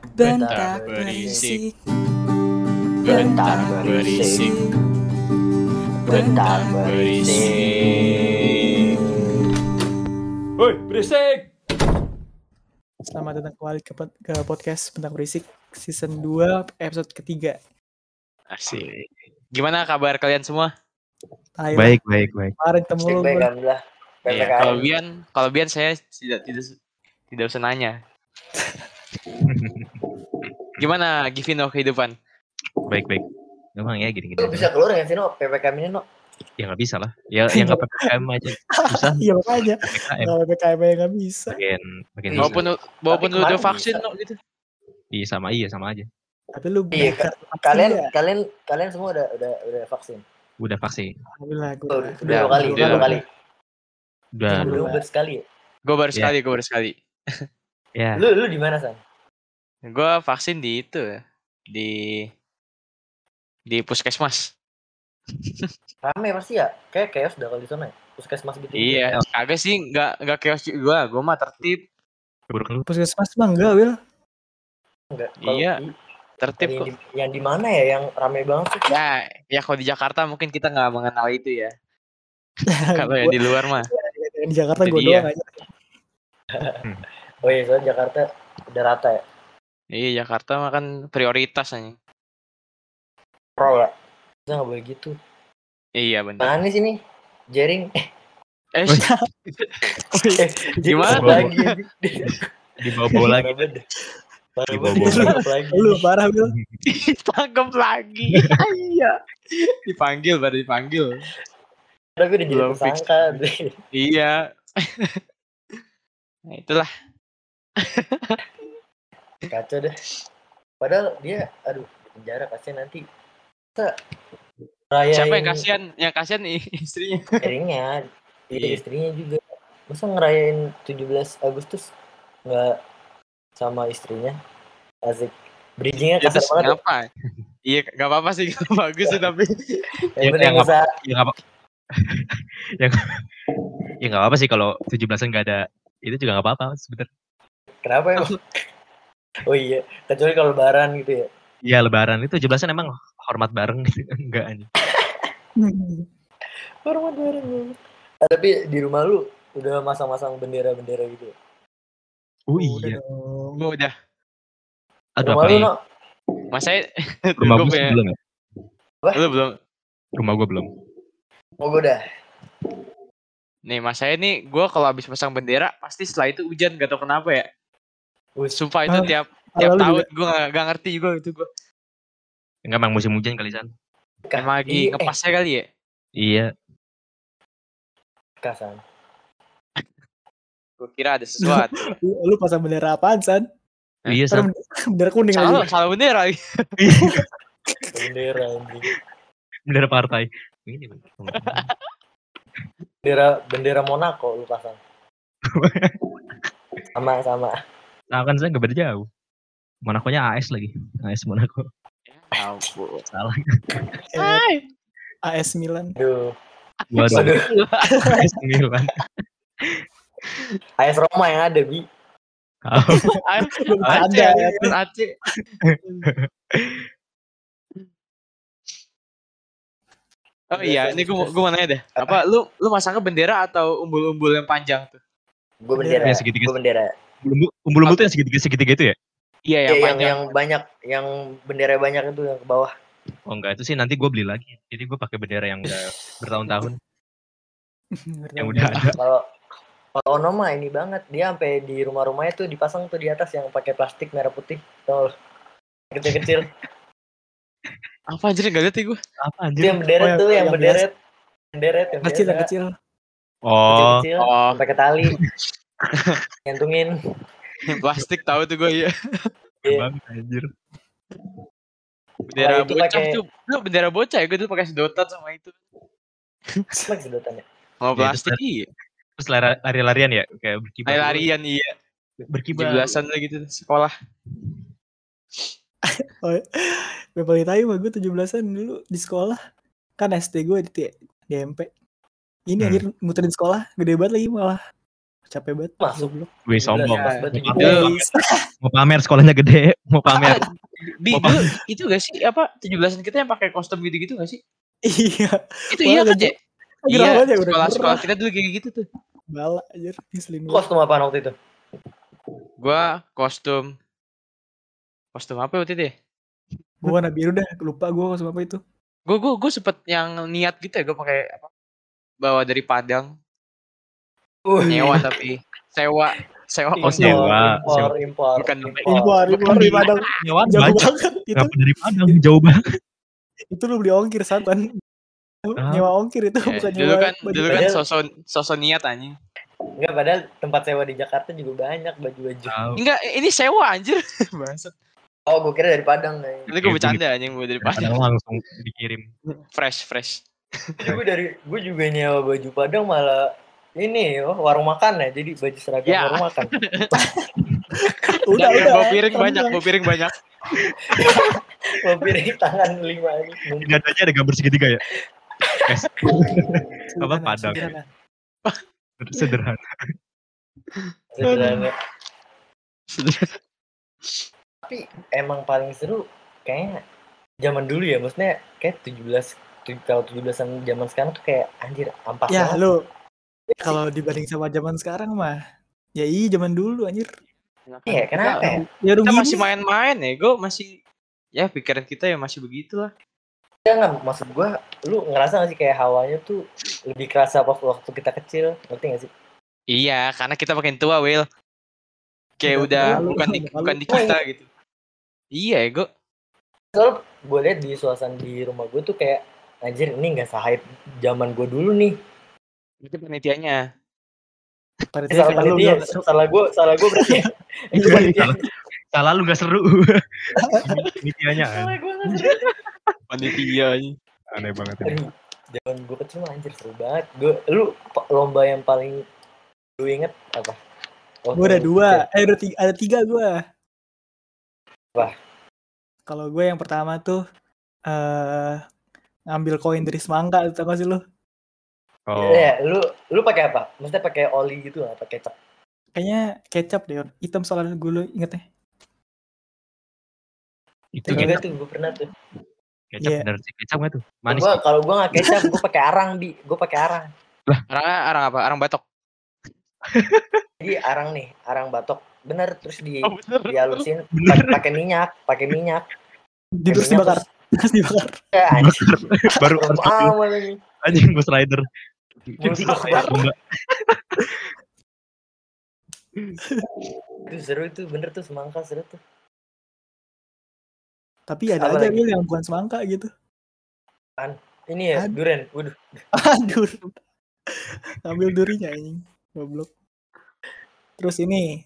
Bentak berisik, bentak berisik, bentak berisik. Woi, berisik! Selamat datang kembali ke podcast Bentak Berisik season 2 episode ketiga. Asik. Gimana kabar kalian semua? Baik. Kemarin temu lu Baik, gua. alhamdulillah. Iya, PPKM. kalau Bian saya tidak usah nanya. Gimana Givino kehidupan? Baik. Emang ya gini-gini. Lu bisa keluar nggak sih, No? PPKM ini, No? Ya nggak bisa lah. Ya nggak PPKM aja. Susah. Iya makanya. PPKM. Kalau PPKM aja nggak bisa. Makin Iya. susah. Walaupun lu udah kemarin vaksin bisa. no, gitu. Iya sama aja. Tapi lu Iya, kalian semua udah vaksin. Udah vaksin. Alhamdulillah gue Udah Udah, dua kali. Udah. Belum sekali. Gue baru Iya. sekali. Ya. Lu di mana, San? Gue vaksin di itu ya. Di puskesmas. Rame pasti ya? Kayak chaos udah kalau di sana ya? Puskesmas gitu. Iya, kagak sih, nggak chaos juga. Gue mah tertib. Buruk lu. puskesmas mah enggak, Wil. Enggak. Iya. Tertib kok. Yang di mana ya yang rame banget sih? Ya kalau di Jakarta mungkin kita nggak mengenal itu ya. Kalau yang di luar mah. Di Jakarta Itu gue dia. doang aja. Oh iya, soalnya Jakarta udah rata ya. Iya, Jakarta mah kan prioritas aja. Pro lah. Kita nggak boleh gitu. Iya benar. Mana nih sini? Jering. Gimana lagi? Dibawa lagi. Dibawa lagi. Lu parah, Wil. Ditangkap lagi. Iya. Dipanggil. Tapi udah jadi Belum fix. tersangka. Iya. Nah, itulah. Kacau deh. Padahal dia, aduh, di penjara kasihan nanti. Masa rayain Siapa yang kasihan? Yang kasihan nih istrinya. istrinya, Iya. istrinya juga. Masa ngerayain 17 Agustus nggak sama istrinya? Asik. Bridgingnya Ya, kasar terus banget. ngapa? Iya, nggak apa-apa sih, bagus sih tapi. Yang penting usaha. Ya nggak apa. Ya nggak apa sih kalau 17-an nggak ada. Itu juga nggak apa-apa sebenarnya. Kenapa emang? Oh iya, kecuali kalau lebaran gitu ya. Ya lebaran itu 17-an emang hormat bareng gitu. Enggak aja. Hormat bareng. Tapi di rumah lu udah masang-masang bendera-bendera gitu ya? Oh Udah iya. dong. Gue udah. Aduh Rumah apa lu, nih? No? Mas saya. Rumah Gua gue punya- belum ya? Lu belum. Rumah gue belum. Oh, gue udah. Nih mas saya nih, gue kalau habis pasang bendera pasti setelah itu hujan, gak tau kenapa ya. Sumpah itu tiap Kalau lu tahun gue gak ngerti juga itu gue. Enggak emang musim hujan kali San. Emang lagi ngepasnya kali ya. Iya. Kasan. Gue kira ada sesuatu. Lu pasang bendera apaan, San? Iya San. Bendera kuning lagi. Salah bendera lagi. Bendera anjing. Bendera partai. Ini Bendera Monaco lu pasang. Sama. Nah kan saya nggak beda jauh. Monaco-nya AS lagi. AS Monaco. Ampun. Salah. AS Milan. Aduh. Waduh. AS Milan. AS Roma yang ada, Bi. Belum Aceh. ada. Aceh. Oh iya, ini gue mau nanya deh. Apa lu masangnya bendera atau umbul-umbul yang panjang tuh? Gue bendera. Yang segitiga. Gue bendera. Umbul-umbul tuh yang segitiga itu ya? Iya, Ya, yang panjang. yang banyak, yang bendera banyak itu yang ke bawah. Oh enggak, itu sih nanti gue beli lagi. Jadi gue pakai bendera yang udah bertahun-tahun. Yang udah ada. Kalau Ono mah ini banget, dia sampai di rumah-rumahnya tuh dipasang tuh di atas yang pakai plastik merah putih, tau lo, kecil-kecil. Apa anjir enggak lihat ya gue? Apa Itu anjir? yang berderet Oh, tuh, yang yang berderet, yang Kecil. Oh, kecil, Oh. pakai tali, ngantungin. Plastik tahu tuh gue ya. Iya. banget anjir. Bendera Oh, itu bocah pakai- tuh. Lu bendera bocah ya, gue tuh pakai sedotan sama itu. Apa sedotannya? Sama Ya, plastik itu iya. Terus lari-larian ya, kayak berkibar. Lari-larian iya. Berkibar. 17-an lah gitu sekolah. Yang paling tahu mah gue 17-an dulu di sekolah. Kan SD gue di MP. Ini anjir muterin sekolah, gede banget lagi malah. Capek banget. Masuk. goblok. Gue sombong. Pas banget Mau 17. pamer, mau pamer sekolahnya gede, mau pamer. Bi, Bapak. dulu itu gak sih apa 17-an kita yang pakai kostum gitu-gitu gak sih? Iya. Itu iya kan, Wah, Cek? gerah Iya, banget ya, udah sekolah-sekolah gerah. kita dulu kayak gitu tuh. Bala anjir, ngeselin banget. Kostum apaan waktu itu? Gua kostum apa waktu itu ya? Gua warna biru dah, lupa gua kostum apa itu. Gue sempet yang niat gitu ya, gue pakai apa? Bawa dari Padang, nyewa tapi sewa Oh, sewa. Impor. bukan Impor di Padang. Nyewaan Jauh banyak. banget itu. Kenapa dari Padang? Jauh banget. Itu lu beli ongkir Satan. Nyewa ongkir itu Ya, bukan dulu nyewa kan baju. dulu kan Padahal- sosok niat anjing. Enggak, padahal tempat sewa di Jakarta juga banyak baju-baju. Tahu. Enggak, ini sewa anjir. Bangsat. Oh, gue kira dari Padang nih. Itu gue bercanda anjing, gue dari Padang. Padang langsung dikirim. Fresh. Gue juga nyewa baju Padang malah ini warung makan ya, jadi baju seragam Ya. warung makan. Udah. Bawa piring banyak. Mau piring tangan 5 ini. Di dadanya ada gambar segitiga ya. Guys, apa Sederhana, Padang? sederhana. Sederhana. Sederhana. Tapi emang paling seru kayaknya zaman dulu ya, maksudnya kayak 17 kalau 17-an zaman sekarang tuh kayak anjir ampas Ya banget. lu kalau dibanding sama zaman sekarang mah ya zaman dulu anjir. Iya, kenapa ya? Ya Kita rugi masih main-main ya, gue masih ya pikiran kita ya masih begitulah. Jangan, maksud gua, lu ngerasa gak sih kayak hawanya tuh lebih kerasa apa waktu kita kecil, ngerti gak sih? Iya, karena kita makin tua, Will. Kayak udah bukan di kita gitu. Iya, gue. Soalnya gue lihat di suasana di rumah gue tuh kayak anjir ini nggak se-hype zaman gue dulu nih. Itu panitianya. Salah gue berarti. Itu panitia. Salah lu gak seru. Intinya Salah gue nggak seru. Panitia ini. aneh banget ini. Aduh, zaman gue kecil mah anjir seru banget. Lu lomba yang paling lu inget apa? Oh, Gue ada 2, ada 3 gue. Wah. Kalau gue yang pertama tuh ngambil koin dari semangka, tau gak sih lu? Oh, Iya, lu pakai apa? Maksudnya pakai oli gitu nggak? Pakai kecap? Kayaknya kecap deh, hitam soalnya gue lu ingetnya. itu Enggak kecap, tuh, gue pernah tuh. kecap Iya. bener sih. Kecap gak tuh? Manis. Kalau gue nggak kecap, gue pakai arang bi. Gue pakai arang. Arang apa? Arang batok. Jadi arang batok. Bener, terus bener. dihalusin pakai minyak. Terus dibakar. Terus dibakar. Ya, anjir. Baru Amal ini. anjing Ghost Rider. Itu seru itu, bener tuh semangka seru tuh. Tapi ada Apa aja lagi? Will yang bukan semangka gitu. Ini ya, Aduh. durian. Waduh. Aduh. Ambil durinya anjing. Goblok. Terus ini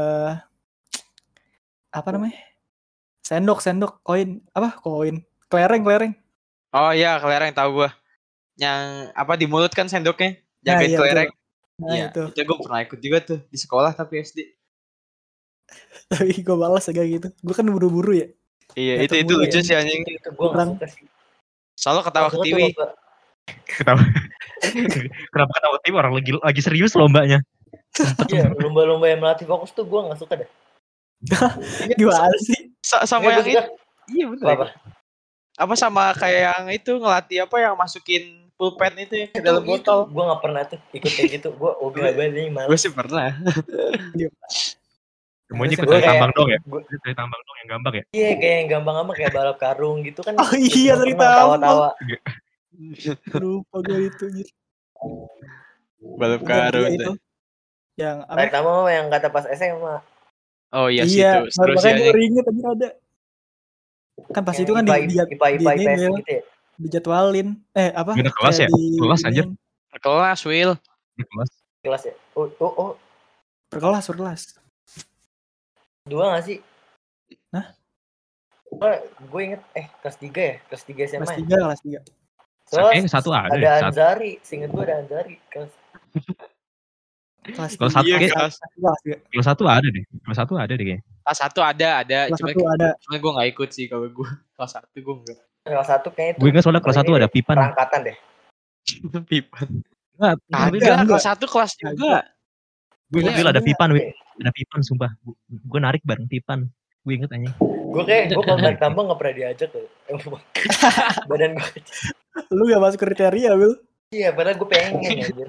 apa namanya? Sendok, koin. Apa? Koin. Kelereng. Oh iya, kelereng tahu gua. Yang apa di mulut kan sendoknya? Nah, Jagain iya, kelereng. Nah, Iya, itu. itu gue pernah ikut juga tuh di sekolah tapi SD. Tapi gue balas ya kayak gitu. Gue kan buru-buru ya. Iya, Jatuh itu mulu lucu ya. sih anjing. Itu gue nggak Kurang. suka sih. Selalu ketawa Nggak suka tuh ketiwi. lomba. Ketawa. Kenapa ketawa tim orang lagi serius lombanya? Iya, lomba-lomba yang melatih fokus tuh gue nggak suka deh. Gimana sih? Sama yang Nggak, gua itu. Iya bener. Apa? Apa sama kayak yang itu ngelatih apa yang masukin pulpen itu ya ke dalam botol. Gue nggak pernah tuh ikut kayak gitu. Gue ogah banget nih Gue malas. sih pernah. Semuanya ikut Gua dari kayak- tambang dong ya? gua- Dari tambang dong yang gampang ya? Iya, kayak yang gampang-gampang kayak balap karung gitu kan. Oh iya, Gua dari pernah tawa-tawa. Lupa gue itu. Gitu. Balap Ada karung juga itu. itu. Yang apa? Tarik nama yang kata pas SMA. Oh iya sih Iya, itu. Terus makanya ya gue inget tadi ada. Kan pas itu kan di IPA ini, Will, gitu ya. dijadwalin. Apa? Beda kelas kayak ya? Kelas, anjir. kelas Will. Di kelas. Kelas ya. Oh, Perkelas. 2 nggak sih? Hah? Gue inget kelas 3 ya, kelas 3 SMA. Kelas ya? 3, kelas 3. Soalnya Satu ada ada ya? Satu. Anzari, seinget gue ada Anzari. Kelas Kelas Kelas 3. satu Iya, kayak- kelas. Kelas 1 ada deh. Kelas 1 ada deh kayaknya. Kelas 1 ada. Kelas Cuma 1 ada. gue gak ikut sih kalau gue. Kelas 1 gue enggak. Kelas 1 kayaknya itu. Gue ingat soalnya kelas 1 ada pipan. Perangkatan deh. Pipan. Enggak, Enggak, enggak. kelas 1 kelas juga. Gue inget Iya, Will ada sebenarnya. Pipan, Will. Ada Pipan sumpah. Gue narik bareng Pipan. Gue inget anjing. Gue kalau narik tambang nggak pernah diajak loh. Badan gue kecil. Lu gak masuk kriteria, Will. Iya, padahal gue pengen anjir.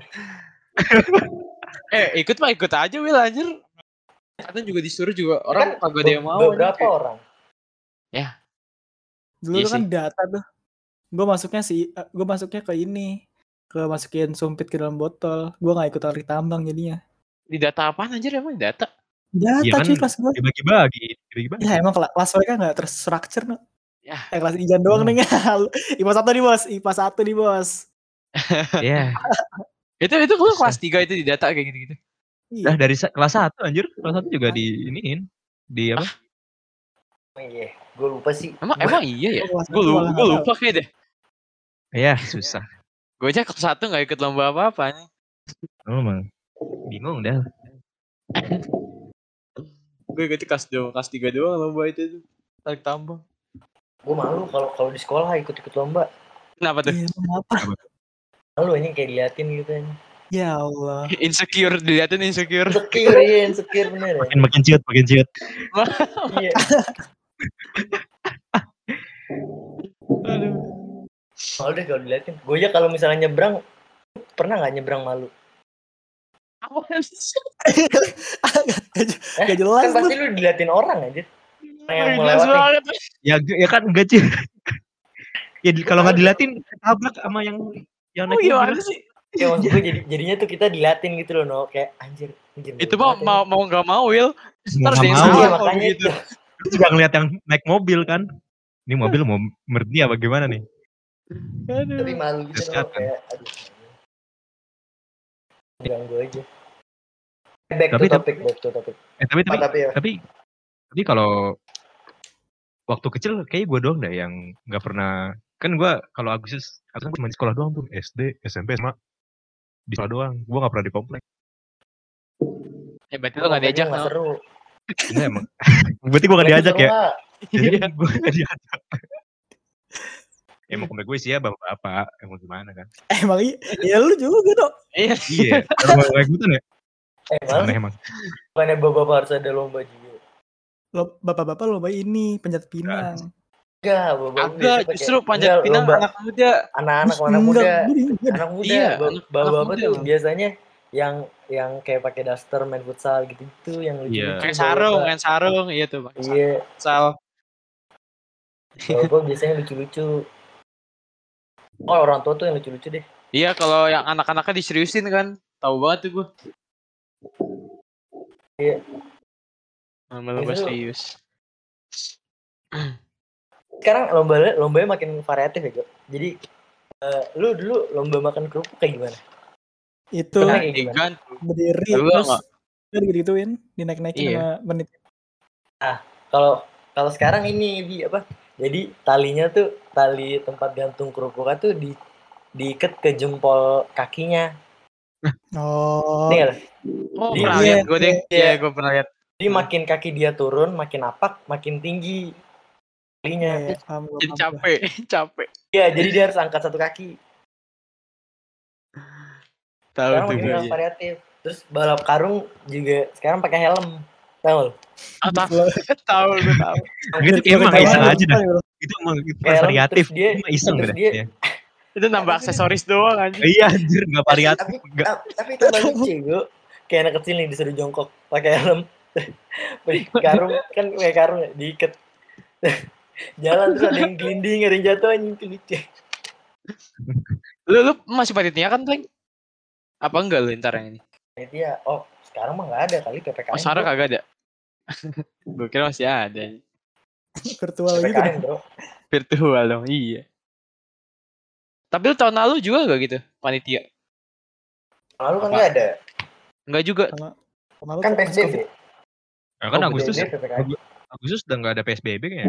Ikut mah ikut aja Will anjir. Kadang juga disuruh juga orang Kan kagak ada yang mau. beberapa anjir. orang. Dulu Iya tuh kan sih. data tuh. Gue masuknya ke ini. Ke masukin sumpit ke dalam botol. Gue gak ikut tarik tambang jadinya. Di data apaan anjir emang data? Data Iya kan cuy kelas gue. dibagi-bagi. Ya emang kelas mereka gak terstruktur no. Ya. Kelas Ijan doang nih. IPA 1 nih bos. IPA 1 nih bos. Iya. Itu lu kelas 3 itu di data kayak gitu-gitu. Dah Iya. dari kelas 1 anjir. Kelas 1 juga di iniin. Di apa? Oh iya, gue lupa sih. Emang iya ya? Gua kelas Gue satu malah nggak lupa kayak deh. Iya, susah. Gue aja kelas 1 gak ikut lomba apa-apa nih. Oh, emang bingung dah. Gue ikut kelas 2, kelas 3 doang lomba itu tuh. Tarik tambang. Gue malu kalau di sekolah ikut lomba. Kenapa tuh? Iya, kenapa? Malu ini kayak diliatin gitu kan. Ya Allah. Insecure, dilihatin insecure. Insecure bener ya. Makin ciut. Iya. Aduh. Malu deh kalau diliatin. Gue aja kalau misalnya nyebrang, pernah nggak nyebrang malu? Apaan sih? Gak jelas Kan pasti tuh. lu diliatin orang aja. Yang mau Jelas lewat nih. banget. Ya kan enggak ciut. Ya kalau nggak dilatin tabrak sama yang Oh naik gimana mobil. sih? Ya maksud gue jadinya tuh kita diliatin gitu loh, no. Kayak anjir. Itu mah mau nggak mau Will. Mau Ntar nggak ada yang mau. salah Iya, kalau makanya begitu. Lu juga ngeliat yang naik mobil kan. Ini mobil mau berhenti apa gimana nih? tapi malu gitu loh, Kesehatan. kayak aduh. Ganggu aja. Back Tapi to topic. Tapi kalau waktu kecil kayak gue doang deh yang nggak pernah. Kan gue kalau Agustus gue main di sekolah doang tuh, SD, SMP, SMA di sekolah doang. Gue nggak pernah di komplek. Ya berarti lo nggak diajak nggak no? seru. Enggak emang. Berarti gue nggak diajak ya. Jadi Iya. gue nggak diajak. Emang komplek gue sih ya bapak-bapak. Emang gimana kan? Emang iya lu juga dong. Iya. Iya. Kalau gue ikutan ya. Malah Emang. bukannya bapak harus ada lomba juga. Lo bapak-bapak lomba ini panjat pinang. Enggak, bapak Agak justru panjat pinang anak muda. Anak muda. Anak muda. Iya, Bapak-bapak muda, tuh Bang. biasanya yang kayak pakai daster main futsal gitu yang lucu. Iya. Kayak sarung, iya tuh Bang. Iya. Futsal. Bapak biasanya lucu-lucu. Oh, orang tua tuh yang lucu-lucu deh. Iya, kalau yang anak-anaknya diseriusin kan. Tahu banget tuh gue. Iya. Lomba serius. Sekarang lombanya makin variatif ya, Jo. Jadi lu dulu lomba makan kerupuk kayak gimana? Itu Pernah kayak gimana? Ikan. berdiri Lu terus nggak? gitu-gituin, dinaik-naikin Iya. sama menit. Kalau sekarang ini Bi, apa? Jadi talinya tuh tali tempat gantung kerupuknya tuh diikat ke jempol kakinya. Oh. Ini nggak? Oh, Iya, pernah iya, lihat gue deh. iya. Iya, gue pernah lihat. Jadi makin kaki dia turun, makin napak, makin tinggi talinya. Iya, paham gua, Jadi paham gua. capek. Iya, jadi dia harus angkat satu kaki. Tahu Sekarang tuh makin gue. variatif. Terus balap karung juga sekarang pakai helm. Tahu? Tahu gue tahu. Gitu kayak emang Kayak iseng gitu, aja dah. gitu. Itu emang itu Kayak helm, variatif. terus dia- Itu mah iseng terus dah. dia- Iya. Itu nambah aksesoris doang anjing. Iya anjir enggak variatif. Tapi itu lucu gue. Kayak anak kecil nih disuruh jongkok pakai helm. Karung kan pakai karung ya, diikat. Jalan terus ada yang gelinding, ada yang jatuh anjing, itu lucu. Lu masih panitia kan, Pleng? Apa enggak lu ntar yang ini? Itu ya, oh sekarang mah nggak ada kali PPKM. Oh, sekarang bro. kagak ada. Gue kira masih ada. Virtual gitu. PPKM bro. Virtual dong, iya. Tapi lu tahun lalu juga gak gitu, panitia? Lalu kan Apa? nggak ada. Enggak juga. Malu Kan pas PSBB. COVID. Nah, kan Oh, Agustus PPKM. Agustus udah enggak ada PSBB kayaknya.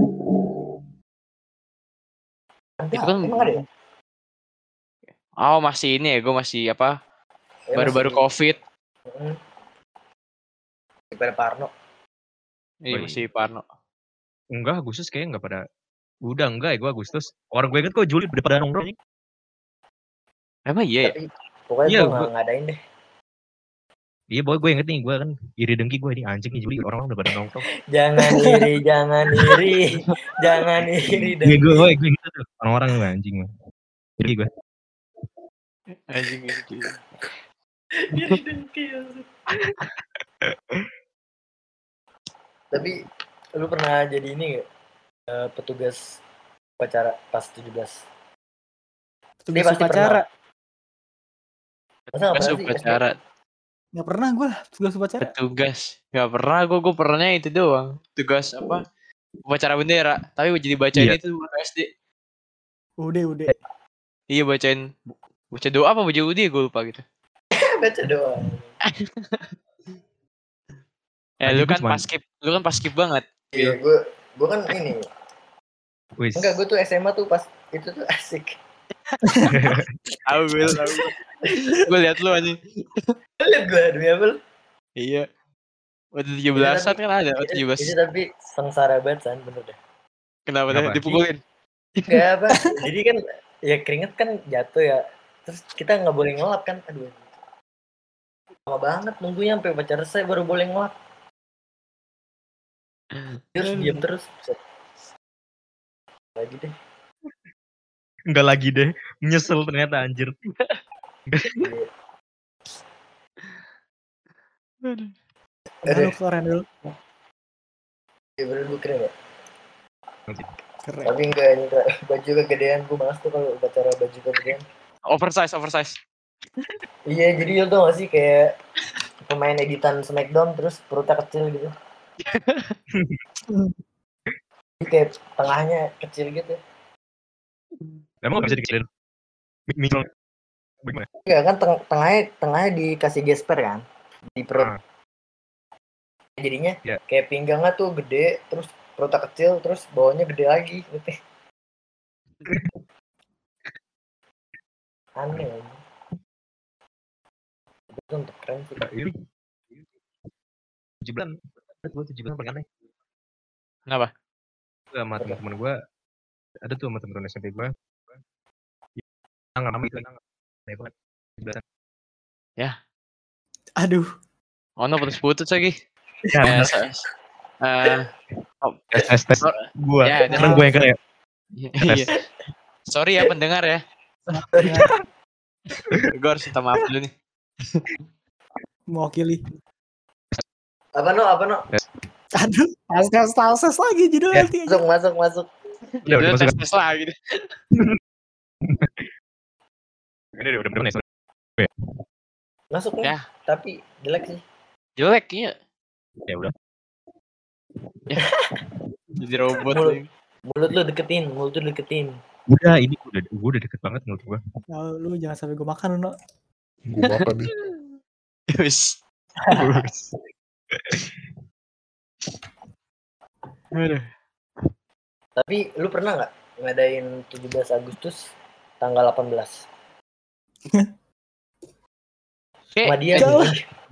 Ada, Itu kan- emang ada ya? Oh, masih ini ya, gue masih apa? Ya, Baru-baru masih- COVID. Mm. Pada Parno. Iya, Oh, iya. masih Parno. Enggak, Agustus kayaknya enggak pada. Udah enggak ya gua Agustus. Orang gue inget kok Juli udah pada nongkrong nih. Emang iya ya? Tapi pokoknya Iya, gue nggak ngadain deh. Iya, gue inget nih, gue kan iri dengki gue ini anjing nih Juli orang-orang udah pada nongkrong. Jangan iri, jangan iri, jangan iri Gue dengki. gitu tuh orang-orang gue anjing mah. Jadi gue Anjing ini. Iri dengki. Tapi lu pernah jadi ini gak? Petugas upacara pas 17? Dia Tugas pasti upacara. Masa nggak Petugas pernah sih? upacara. Nggak pernah gue tugas upacara. Petugas. Gak pernah gue pernahnya itu doang. Tugas apa? Upacara bendera. Tapi jadi bacain Iya. itu waktu SD. Udah. Iya bacain. Baca doa apa baca udi gue lupa gitu. Baca doang. Ya Anjing, lu gua kan cuman- paskib. Lu kan paskib banget. Iya, gue kan ini. wis. Enggak, gue tuh SMA tuh pas itu tuh asik. Tahu gue tahu. Gue liat lu anjing. Lihat gue demi apa lu? Iya. Waktu 17-an kan ada. Waktu Itu 17. tapi sengsara banget San, bener deh. Kenapa Kenapa? dipukulin? Enggak apa. Jadi kan ya keringet kan jatuh ya. Terus kita nggak boleh ngelap kan. Aduh. Lama banget nunggunya sampai upacara selesai baru boleh ngelap. Terus diam terus. Buset. Lagi deh. Enggak lagi deh. Nyesel ternyata anjir. Iya. Udah lu keren dulu. Ya bener gue keren ya. Keren. Tapi enggak ini Kak. Baju kegedean gue malas tuh kalau upacara baju kegedean. Oversize. Iya jadi lu tau gak sih kayak pemain editan Smackdown terus perutnya kecil gitu. Jadi kayak tengahnya kecil gitu. Emang gak bisa dikecilin? Misal bagaimana? Enggak kan tengahnya dikasih gesper kan di perut. Jadinya Ya. kayak pinggangnya tuh gede terus perutnya kecil terus bawahnya gede lagi gitu. Aneh. Itu untuk keren sih. Ini 17 gue 17 paling aneh. Kenapa? Gue sama teman-teman gue ada tuh sama teman-teman SMP gue. Nggak nama itu aneh banget. 17-an. Aduh. Oh no putus lagi. Ya, tes gue. Ya, Karena gue yang kayak Iya. Sorry ya pendengar ya. Gue harus minta maaf dulu nih. Mewakili. Apa no? Aduh. Tes lagi judul Ya. nanti aja. Masuk. udah masuk. Tes lagi deh. Ini udah bener nih. Masuk nih. Ya. Tapi jelek sih. Jelek iya. Ya udah. Jadi robot Mulut. nih. Mulut lu deketin. Udah ini gue udah deket banget menurut gue. Nah, lu jangan sampai gue makan lu, no. Gue makan nih. Wis. Aduh. Tapi lu pernah nggak ngadain 17 Agustus tanggal 18? Sama dia Jauh.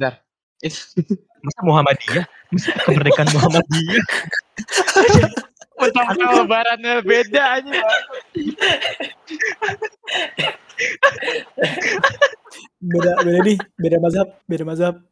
Masa Muhammadiyah? Masa kemerdekaan Muhammadiyah? Mentang lebarannya beda aja. Beda mazhab. Beda mazhab.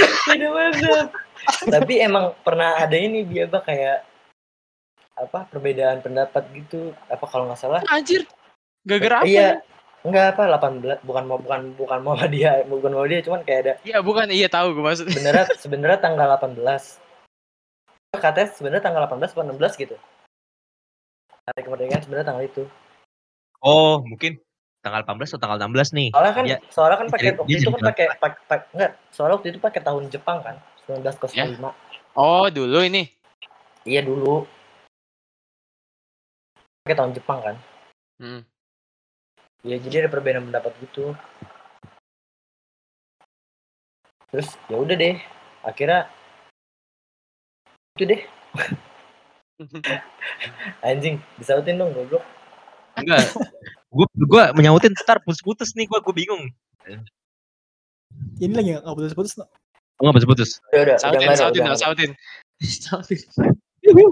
Tapi emang pernah ada ini dia kayak apa perbedaan pendapat gitu apa kalau nggak salah Anjir. Gara-gara apa? iya enggak apa 18 bukan Muhammadiyah cuman kayak ada Iya bukan, iya tahu gue maksud. sebenarnya tanggal 18 katanya sebenarnya tanggal 18 atau 16 gitu hari kemerdekaan sebenarnya tanggal itu. Oh mungkin tanggal 18 atau tanggal 16 nih. Soalnya kan pakai Dia- waktu dia itu jadi kan pakai enggak soalnya waktu itu pakai tahun Jepang kan 1905. Oh dulu ini. Iya dulu pakai tahun Jepang kan. Ya jadi ada perbedaan pendapat gitu. Terus ya udah deh, akhirnya itu deh. Anjing, disautin dong goblok. Enggak. Gue menyautin ntar putus-putus nih gue bingung. Ini lagi nggak putus-putus, no. Oh nggak putus-putus. Udah Sautin. Yuhu.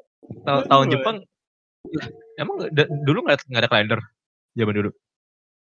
Tahun Jepang. Emang dulu nggak ada kalender zaman dulu.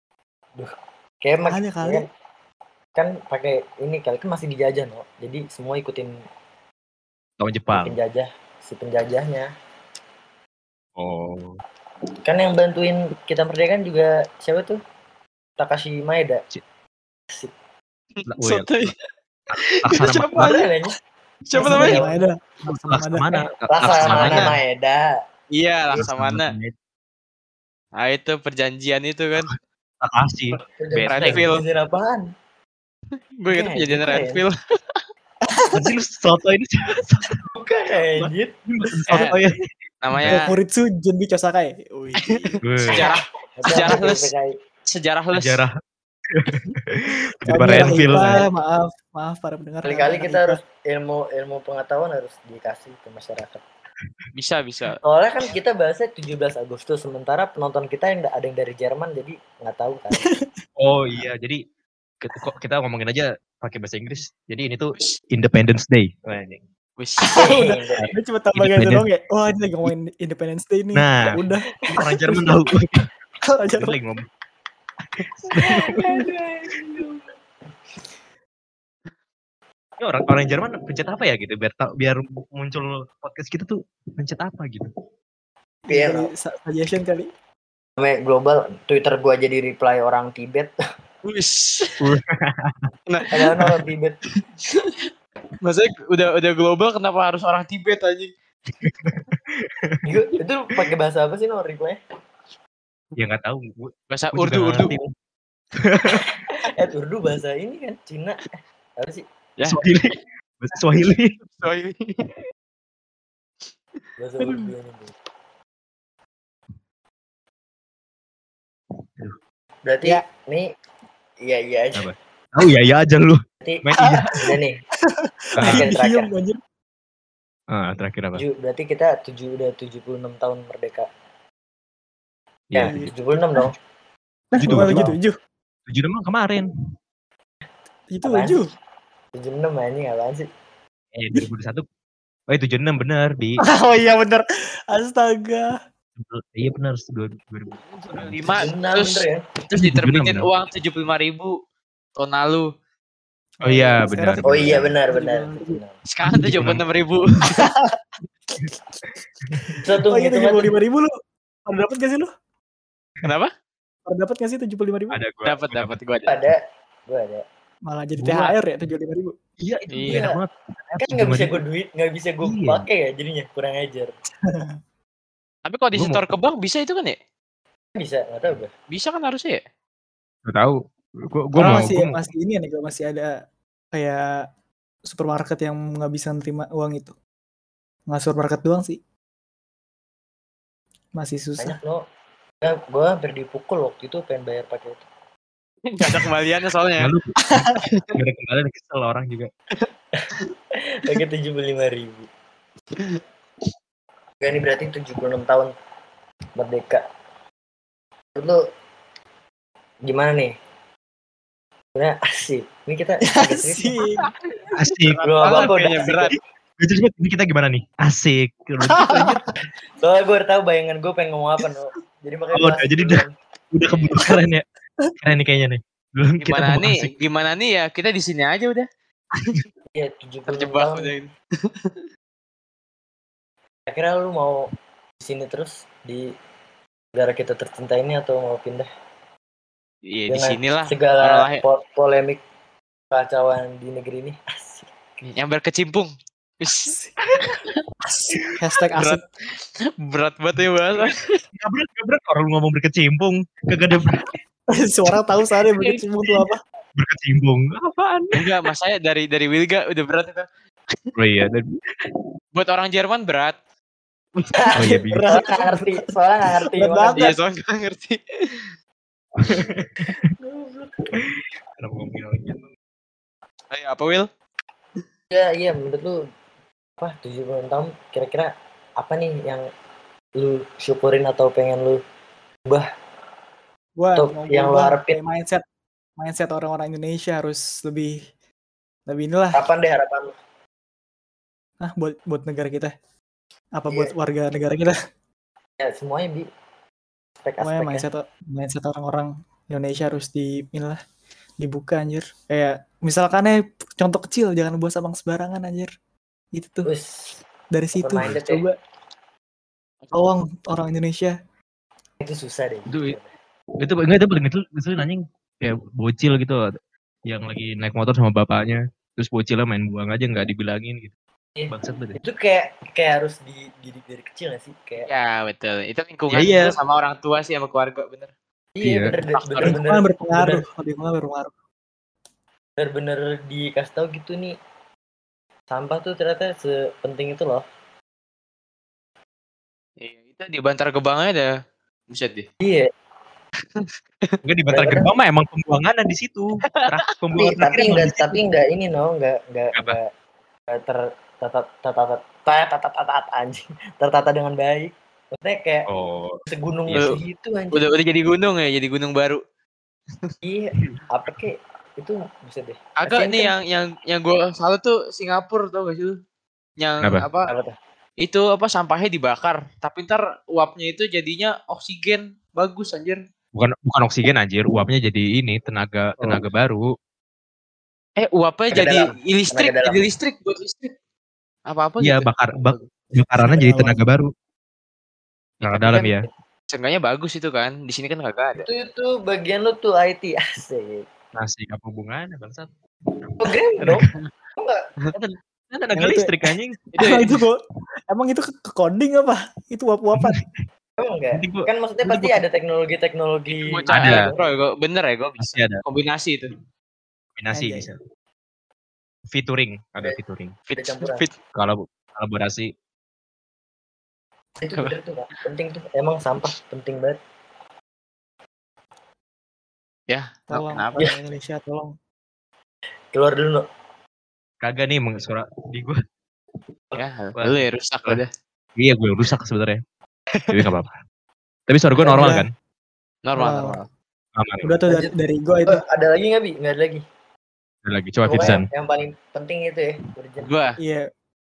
Kayak Ada kali. kan pakai ini kali kan masih dijajah no. Jadi semua ikutin Tahun Jepang. si penjajahnya. Oh. Kan yang bantuin kita merdeka kan juga siapa tuh? Takashi Maeda. Oh, ya. Sotoy. Laksana Siapa Maeda. aja? Namanya? Siapa Laksamana namanya? Maeda. Laksamana. Laksamana Maeda. Iya, Laksamana. Nah itu perjanjian itu kan. Takashi. Renville. Perjanjian apaan? Gue ingat perjanjian Renville. Berarti lu soto ini Bukan anjir. soto ya. Namanya Kokuritsu Junbi Chosakai. Wih. Sejarah lu. Sejarah lu. Sejarah. Kami Di Renville. Maaf para pendengar. Kali-kali anak-anak kita IPA. harus ilmu pengetahuan harus dikasih ke masyarakat. Bisa. Soalnya kan kita bahasnya 17 Agustus, sementara penonton kita yang ada yang dari Jerman, jadi nggak tahu kan. Oh iya, jadi kita ngomongin aja pakai bahasa Inggris. Jadi ini tuh Independence Day. Wis. Dia cuma tambah gitu dong ya. Wah, ini lagi ngomongin Independence Day nih. Nah. Udah. Orang Jerman tahu. Orang Jadi Jerman. lagi ngomong. Ini orang Jerman pencet apa ya gitu biar muncul podcast kita tuh pencet apa gitu. Biar Suggestion kali. namanya global, Twitter gua jadi reply orang Tibet. Wis. Ada orang Tibet. Maksudnya udah global kenapa harus orang Tibet anjing? Itu pakai bahasa apa sih no reply? Ya nggak tahu. Bahasa Gua juga Urdu. ngerti. Urdu bahasa ini kan Cina. Apa sih? Ya. Swahili. Bahasa Swahili. Sorry. Bahasa Urdu ini. Berarti Ya. nih iya aja. Apa? Oh iya aja lu. Berarti Main iya. udah nih. Diem Terakhir. anjir. Terakhir apa? Berarti kita udah 76 tahun merdeka. Ya. 76 dong. Gitu, Bukan gitu. 77. 76 kemarin. Itu Apaan 7. 76 anjing apaan sih? 2021. Oh, 76 benar, Bi. Oh iya bener. Astaga. Iya benar 2000. 5 Bener ya. terus diterbitin 76. uang 75.000 tahun lalu. Oh iya Sekarang benar. Oh iya benar. Sekarang 76.000. Satu Oh iya hitungan 75.000 lu. Pada dapat gak sih lu? Kenapa? Pada dapat gak sih 75.000? Ada gua. Dapat gua ada. ada. Gua ada. Malah jadi Gua- THR ya 75.000. Iya itu Iya. enak banget. Kan nggak bisa gue duit, nggak bisa gue Iya. pakai ya jadinya kurang ajar. Tapi kalau Gua disetor ke bank bisa itu kan ya? Bisa nggak tahu gue. Bisa kan harusnya ya? Gak tahu. Gua Karena mau masih ini nih, gue masih ada kayak supermarket yang nggak bisa nerima uang itu. Nggak supermarket doang sih. Masih susah. Banyak loh. Nah, gue hampir dipukul waktu itu pengen bayar pakai itu. Gak ada kembaliannya soalnya. Lalu gak ada kembali kesel orang juga. Pakai 75.000. Ini berarti 76 tahun merdeka. Menurut lu gimana nih? Sebenarnya asik. Ini kita agak serius. Asik. Asik. Belum apa-apa udah Kayaknya asik. berat. Lucu banget, ini kita gimana nih? Asik. Soalnya gue udah tahu bayangan gue pengen ngomong apa no. Jadi makanya Oh, gua udah, asik jadi duluan. Udah keburu keren ya. Keren nih kayaknya nih. Belum kita Gimana ngomong nih? asik. Gimana nih ya? Kita di sini aja udah. Iya 76 Terjebak tahun. udah. Akhirnya lu mau di sini terus di negara kita tercinta ini atau mau pindah? Iya di Dengan sinilah. Segala Orang lain. polemik kacauan di negeri ini. Asik. Yang berkecimpung. Wis, Hashtag asik. berat banget ya bahasa. Gak berat. Orang lu ngomong berkecimpung. Kagak ada Suara tahu saya berkecimpung tuh apa? berkecimpung. Apaan? Enggak, mas saya dari Wilga udah berat itu. Oh iya. Buat orang Jerman berat. Oh iya. Soalnya nggak ngerti. Berat makanya. banget. Iya, soalnya gak ngerti. Kenapa ngomongin orang Jerman? Ayo, apa Will? Iya, menurut lu apa 76 tahun kira-kira apa nih yang lu syukurin atau pengen lu ubah? Gua Untuk mau yang lu berubah harapin. kayak mindset orang-orang Indonesia harus lebih inilah. Kapan deh harapan lu? Buat negara kita. Apa Iya. buat warga negara kita? Ya semuanya bi. Pokoknya Aspek-aspek ya. mindset orang-orang Indonesia harus dibuka anjir. Kayak misalkan contoh kecil, jangan buang sampah sembarangan anjir. Itu tuh Terus dari situ open-minded ya. coba tolong orang Indonesia. Itu susah deh. Itu enggak, itu paling itu anjing kayak bocil gitu yang lagi naik motor sama bapaknya, terus bocilnya main buang aja nggak dibilangin gitu. Iya. Bangsat banget. Itu kayak harus dididik dari kecil gak sih? Kayak Ya betul. Itu lingkungan Iya. itu sama orang tua sih sama keluarga bener. Iya. Lingkungan berpengaruh. Lingkungan berpengaruh. Bener-bener dikasih tahu gitu nih. Sampah tuh ternyata sepenting itu loh. Iya, itu di Bantar Gebangnya ada. Buset deh. Iya. Enggak di Bantar Gebang mah emang pembuangannya di situ. Tapi enggak ini enggak tertata dengan baik. Maksudnya kayak segunung segitu anjing. Udah jadi gunung ya, jadi gunung baru. Iya, apa kek itu bisa deh. Agak nih yang gue salut tuh Singapura tau gak sih lu? Yang apa tuh? Itu apa sampahnya dibakar, tapi ntar uapnya itu jadinya oksigen, bagus anjir. Bukan oksigen anjir, uapnya jadi ini tenaga baru. Uapnya jadi listrik buat listrik. Apa-apa iya, gitu. bakarannya jadi tenaga baru. Tenaga dalam ya. Seenggaknya bagus itu kan. Di sini kan kagak ada. Itu bagian lu tuh IT asik. Asik, apa hubungannya bangsat? Program dong. Enggak. Tenaga listrik anjing. Emang itu ke coding apa? Itu uap-uapan. Emang enggak? Kan maksudnya pasti ada teknologi. Ada. Bener ya, gue bisa. Ada. Kombinasi itu. Kombinasi bisa. Featuring, ada featuring. Fit. Kalau kolaborasi. Itu bener tuh, Pak. Penting tuh. Emang sampah penting banget. Ya, tolong kenapa? Indonesia tolong. Keluar dulu, no. Kagak nih suara di gua. Ya, lu ya rusak udah. Iya, gue rusak sebenarnya. Tapi enggak apa-apa. Tapi suara gue normal kan? Normal. Aman. Udah tuh dari gua itu. Ada lagi enggak, Bi? Enggak ada lagi. Ada lagi, coba Firsan. Yang paling penting itu ya, gua. Iya.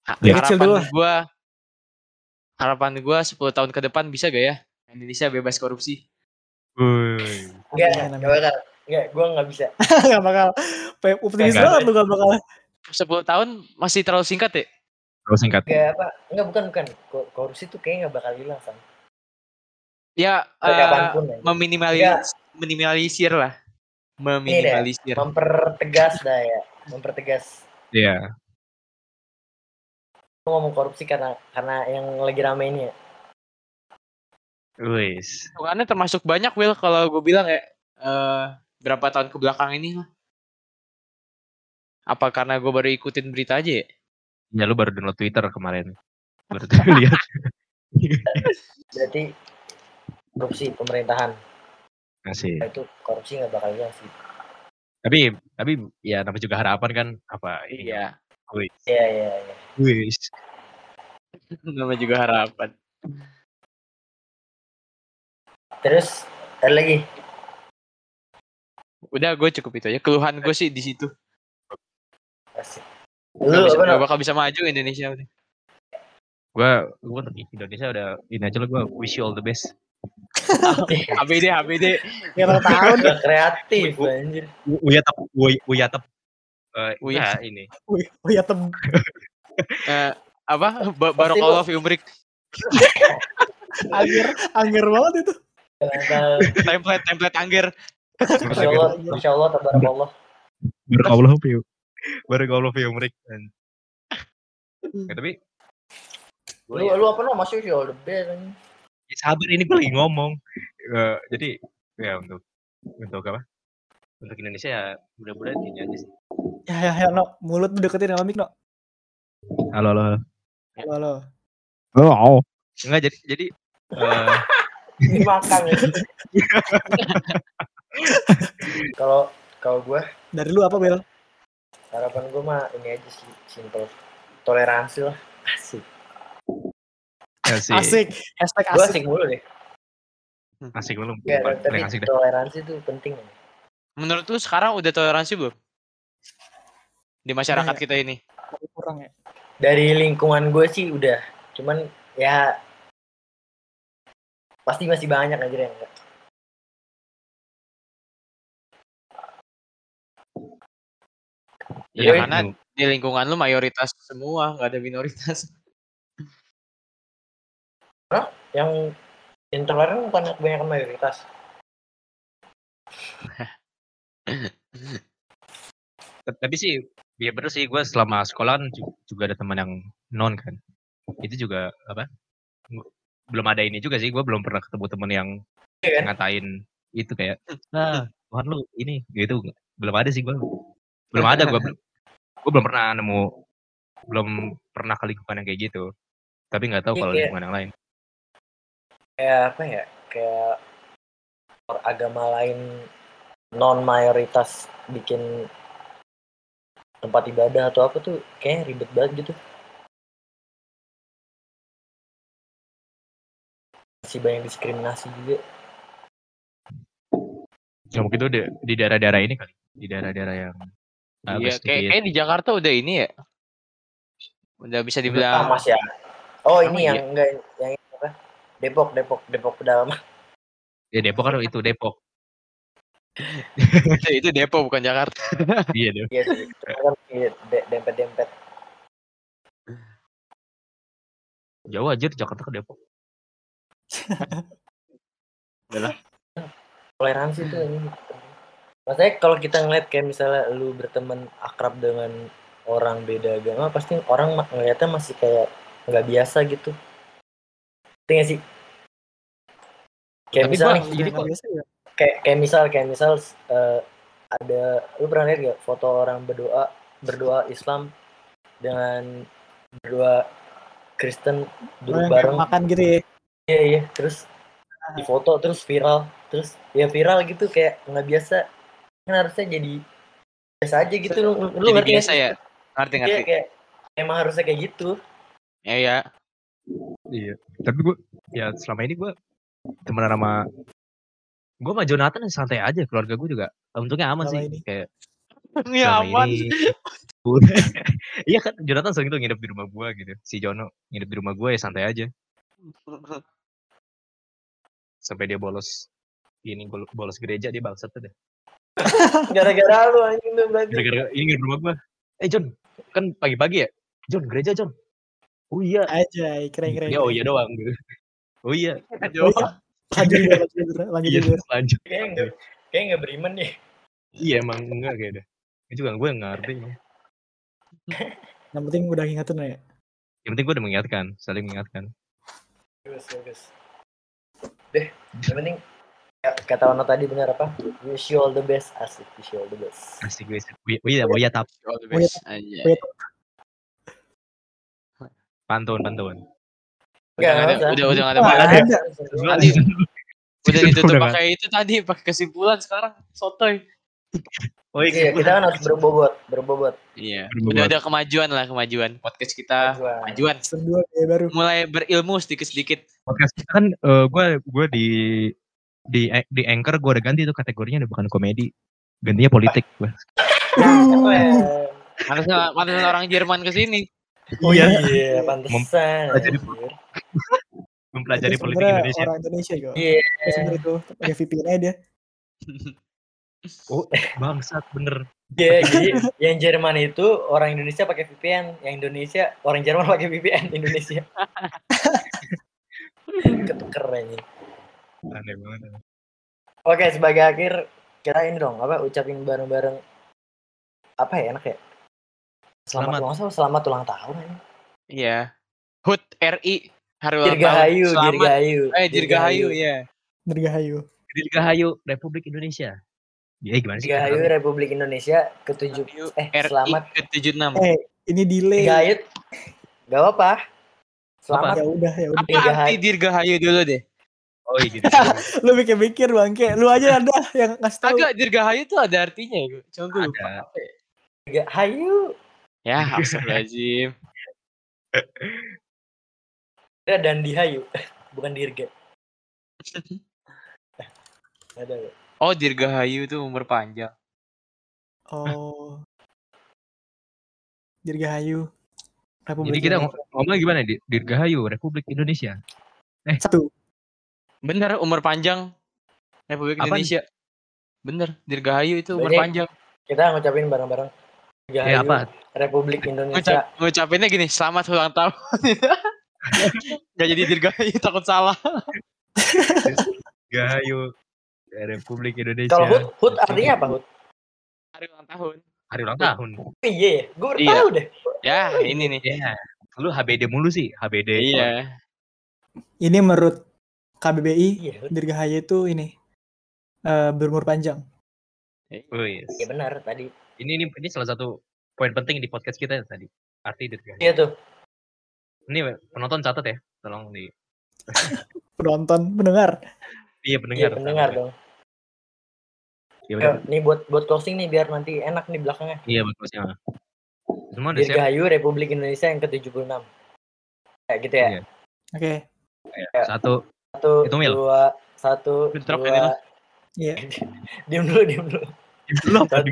Harapan gua 10 tahun ke depan bisa gak ya Indonesia bebas korupsi? Enggak gua enggak bisa. Enggak bakal. Optimis banget lu enggak bakal. 10 tahun masih terlalu singkat ya? Terlalu singkat. Enggak bukan. Korupsi tuh kayaknya enggak bakal hilang, Sam. Ya, meminimalisir lah. Meminimalisir. Mempertegas dah ya. Mempertegas. Iya. Lu ngomong korupsi karena yang lagi rame ini ya. Wis. Karena termasuk banyak Will kalau gue bilang ya berapa tahun ke belakang ini lah. Apa karena gue baru ikutin berita aja ya? Ya lu baru download Twitter kemarin. Baru lihat. Berarti korupsi pemerintahan. Masih. Itu korupsi nggak bakal hilang sih. Tapi ya namanya juga harapan kan apa? Iya. Iya. Wis. Namanya juga harapan. Terus ada lagi? Udah gue cukup itu aja. Keluhan gue sih di situ. Asik. Gak bakal bisa maju Indonesia udah. Gue untuk Indonesia udah ini aja lah, gue wish you all the best. HBD. Ya tahu udah kreatif anjir. Uyatep. Ini. Uyatep. Apa? Barakallahu fi umrik. Angger banget itu. Template angger. Insyaallah tabarakallah. Barakallahu fi umrik. Tapi lu apa lo masih all the best anjing. Sabar, ini gue lagi ngomong. Jadi ya untuk apa? Untuk Indonesia ya mudah-mudahan ini aja sih. Ya no, mulut deketin sama mic no. Halo. Oh. Enggak jadi dimakan ya. Kalau gue dari lu apa Bel? Harapan gue mah ini aja sih, simple. Toleransi lah. Asik. Hashtag asik. Gue asik mulu deh. Asik mulu. Ya, tapi asik toleransi itu penting. Menurut lu sekarang udah toleransi belum? Di masyarakat kita ini? Kurang ya. Dari lingkungan gue sih udah. Cuman ya pasti masih banyak aja yang enggak. Iya karena di lingkungan lu mayoritas semua, nggak ada minoritas. Yang introvert bukan kebanyakan mayoritas. Tapi sih, ya bener sih, gue selama sekolah kan juga ada teman yang non kan. Itu juga apa? Belum ada ini juga sih, gue belum pernah ketemu teman yang ngatain itu kayak, Tuhan lu ini gitu. Belum ada sih gue. Belum ada gue belum pernah nemu, belum pernah ke lingkungan yang kayak gitu. Tapi nggak tahu kalau lingkungan yang lain. Kayak apa ya? Kayak agama lain non mayoritas bikin tempat ibadah atau apa tuh kayaknya ribet banget gitu. Masih banyak diskriminasi juga. Ya mungkin tuh di daerah-daerah ini kali, di daerah-daerah yang iya, kayak di Jakarta udah ini ya. Udah bisa dibilang Mas ya. Oh, ini yang enggak yang apa? Depok Pedalaman. Ya Depok kan itu Depok. itu Depok bukan Jakarta. Iya deh. Iya sih. Dempet-dempet. Jauh aja di Jakarta ke Depok. Udah. Toleransi tuh ini. Maksudnya kalau kita ngeliat kayak misalnya lu berteman akrab dengan orang beda agama, pasti orang ngeliatnya masih kayak nggak biasa gitu. Ngerti nggak sih? Kayak misalnya kayak misal ada, lu pernah lihat gak foto orang berdoa Islam dengan berdoa Kristen duduk bareng makan gitu ya? Iya, terus di foto terus viral gitu kayak nggak biasa, kan harusnya jadi biasa aja gitu. Lu jadi ngerti biasa ya? Ngerti. Kayak emang harusnya kayak gitu. Iya. Tapi gue ya selama ini gue temenan sama gue sama Jonathan santai aja, keluarga gue juga untungnya aman sih ini. Kayak ya aman. Iya kan Jonathan sering tuh nginep di rumah gue gitu, si Jono nginep di rumah gue ya santai aja. Sampai dia bolos gereja, dia bangsat tuh deh. Gara-gara lu anjing tuh berarti. Gara-gara ini di rumah gue. John, kan pagi-pagi ya? John, gereja John. Oh iya. Aja, keren. Ya, oh iya doang gitu. Oh iya. Lanjut. Kayak nggak beriman nih. Iya emang enggak kayak deh. Itu juga gue ngerti. Yang penting udah ingetin ya. Yang penting gue udah mengingatkan, saling mengingatkan. Bagus. Deh, yang penting kata Ono tadi benar apa? Wish you all the best. Asik, wish you all the best. Asik gue. Iya, tap. All the best aja. Pantun. Udah enggak ada mana. Tadi udah ditutup pakai itu tadi, pakai kesimpulan, sekarang sotoy. Oh iya, kita kan harus berbobot. Iya. Udah ada kemajuan podcast kita. Kemajuan. Baru. Mulai berilmu sedikit-sedikit. Podcast kita kan gue di Anchor gue udah ganti tuh kategorinya, udah bukan komedi, gantinya politik gue. Harusnya orang Jerman kesini. Oh iya, pantesan. Mempelajari politik Indonesia. Orang Indonesia kok. Iya. Sebenarnya itu pakai VPN aja dia. Oh, bangsat bener. Iya, jadi yang Jerman itu orang Indonesia pakai VPN, yang Indonesia orang Jerman pakai VPN Indonesia. Ketuker ini. Aneh banget. Oke, sebagai akhir kita ini dong, ucapin bareng-bareng apa ya enak ya? Selamat ulang tahun ini. Iya. HUT RI hari ulang tahun. Dirgahayu ya. Dirgahayu Republik Indonesia. Ya gimana sih? Dirgahayu Republik Indonesia ke-7 selamat ke-76. Ini delay. Dirgahayu. Gak apa-apa. Selamat. Ya udah. Apa arti Dirgahayu dulu deh? Oh iya gitu. Lu mikir bangke. Lu aja ada yang ngasih tahu. Agak Dirgahayu tuh ada artinya ya, cuma gue lupa. Dirgahayu. Ya, astagfirullahaladzim. Dan dihayu, bukan dirga. Ada ya? Oh, Dirgahayu tuh umur panjang. Oh. Dirgahayu. Jadi kita ngomong gimana? Dirgahayu Republik Indonesia. 1. Bener, umur panjang Republik Indonesia. Bener, Dirgahayu itu umur panjang. Kita ngucapin bareng-bareng. Dirgahayu apa? Republik Indonesia. Ngucapinnya gini, selamat ulang tahun. Gak jadi Dirgahayu, takut salah. Dirgahayu Republik Indonesia. Kalau HUT artinya apa HUT? Hari ulang tahun. Hari ulang tahun. Iya ya, gue baru Iya. tahu deh. Ya, ini nih. Iya. Lu HBD mulu sih, HBD. Iya. Ini menurut KBBI, Iya, HUT. Dirgahayu itu ini berumur panjang. Oh, yes. Iya benar tadi. Ini salah satu poin penting di podcast kita tadi. Arti Dirgahayu. Iya tuh. Ini penonton catat ya, tolong di. Penonton, pendengar. Iya Iya pendengar. pendengar dong. Iya Yo, nih buat closing nih biar nanti enak nih belakangnya. Iya bagusnya. Semua udah siap. Dirgahayu Republik Indonesia yang ke-76. Kayak gitu ya. Iya. Oke. Ya, satu. 1, Itu, Mil. 2, 1, Bentrok ini lah. 2. Iya. Diam dulu. Belum. 1,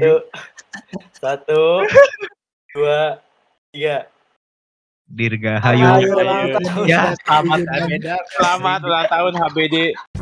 2, 3. Dirgahayu. Ayo, ulang tahun. Ya, selamat Selamat ulang tahun HBD.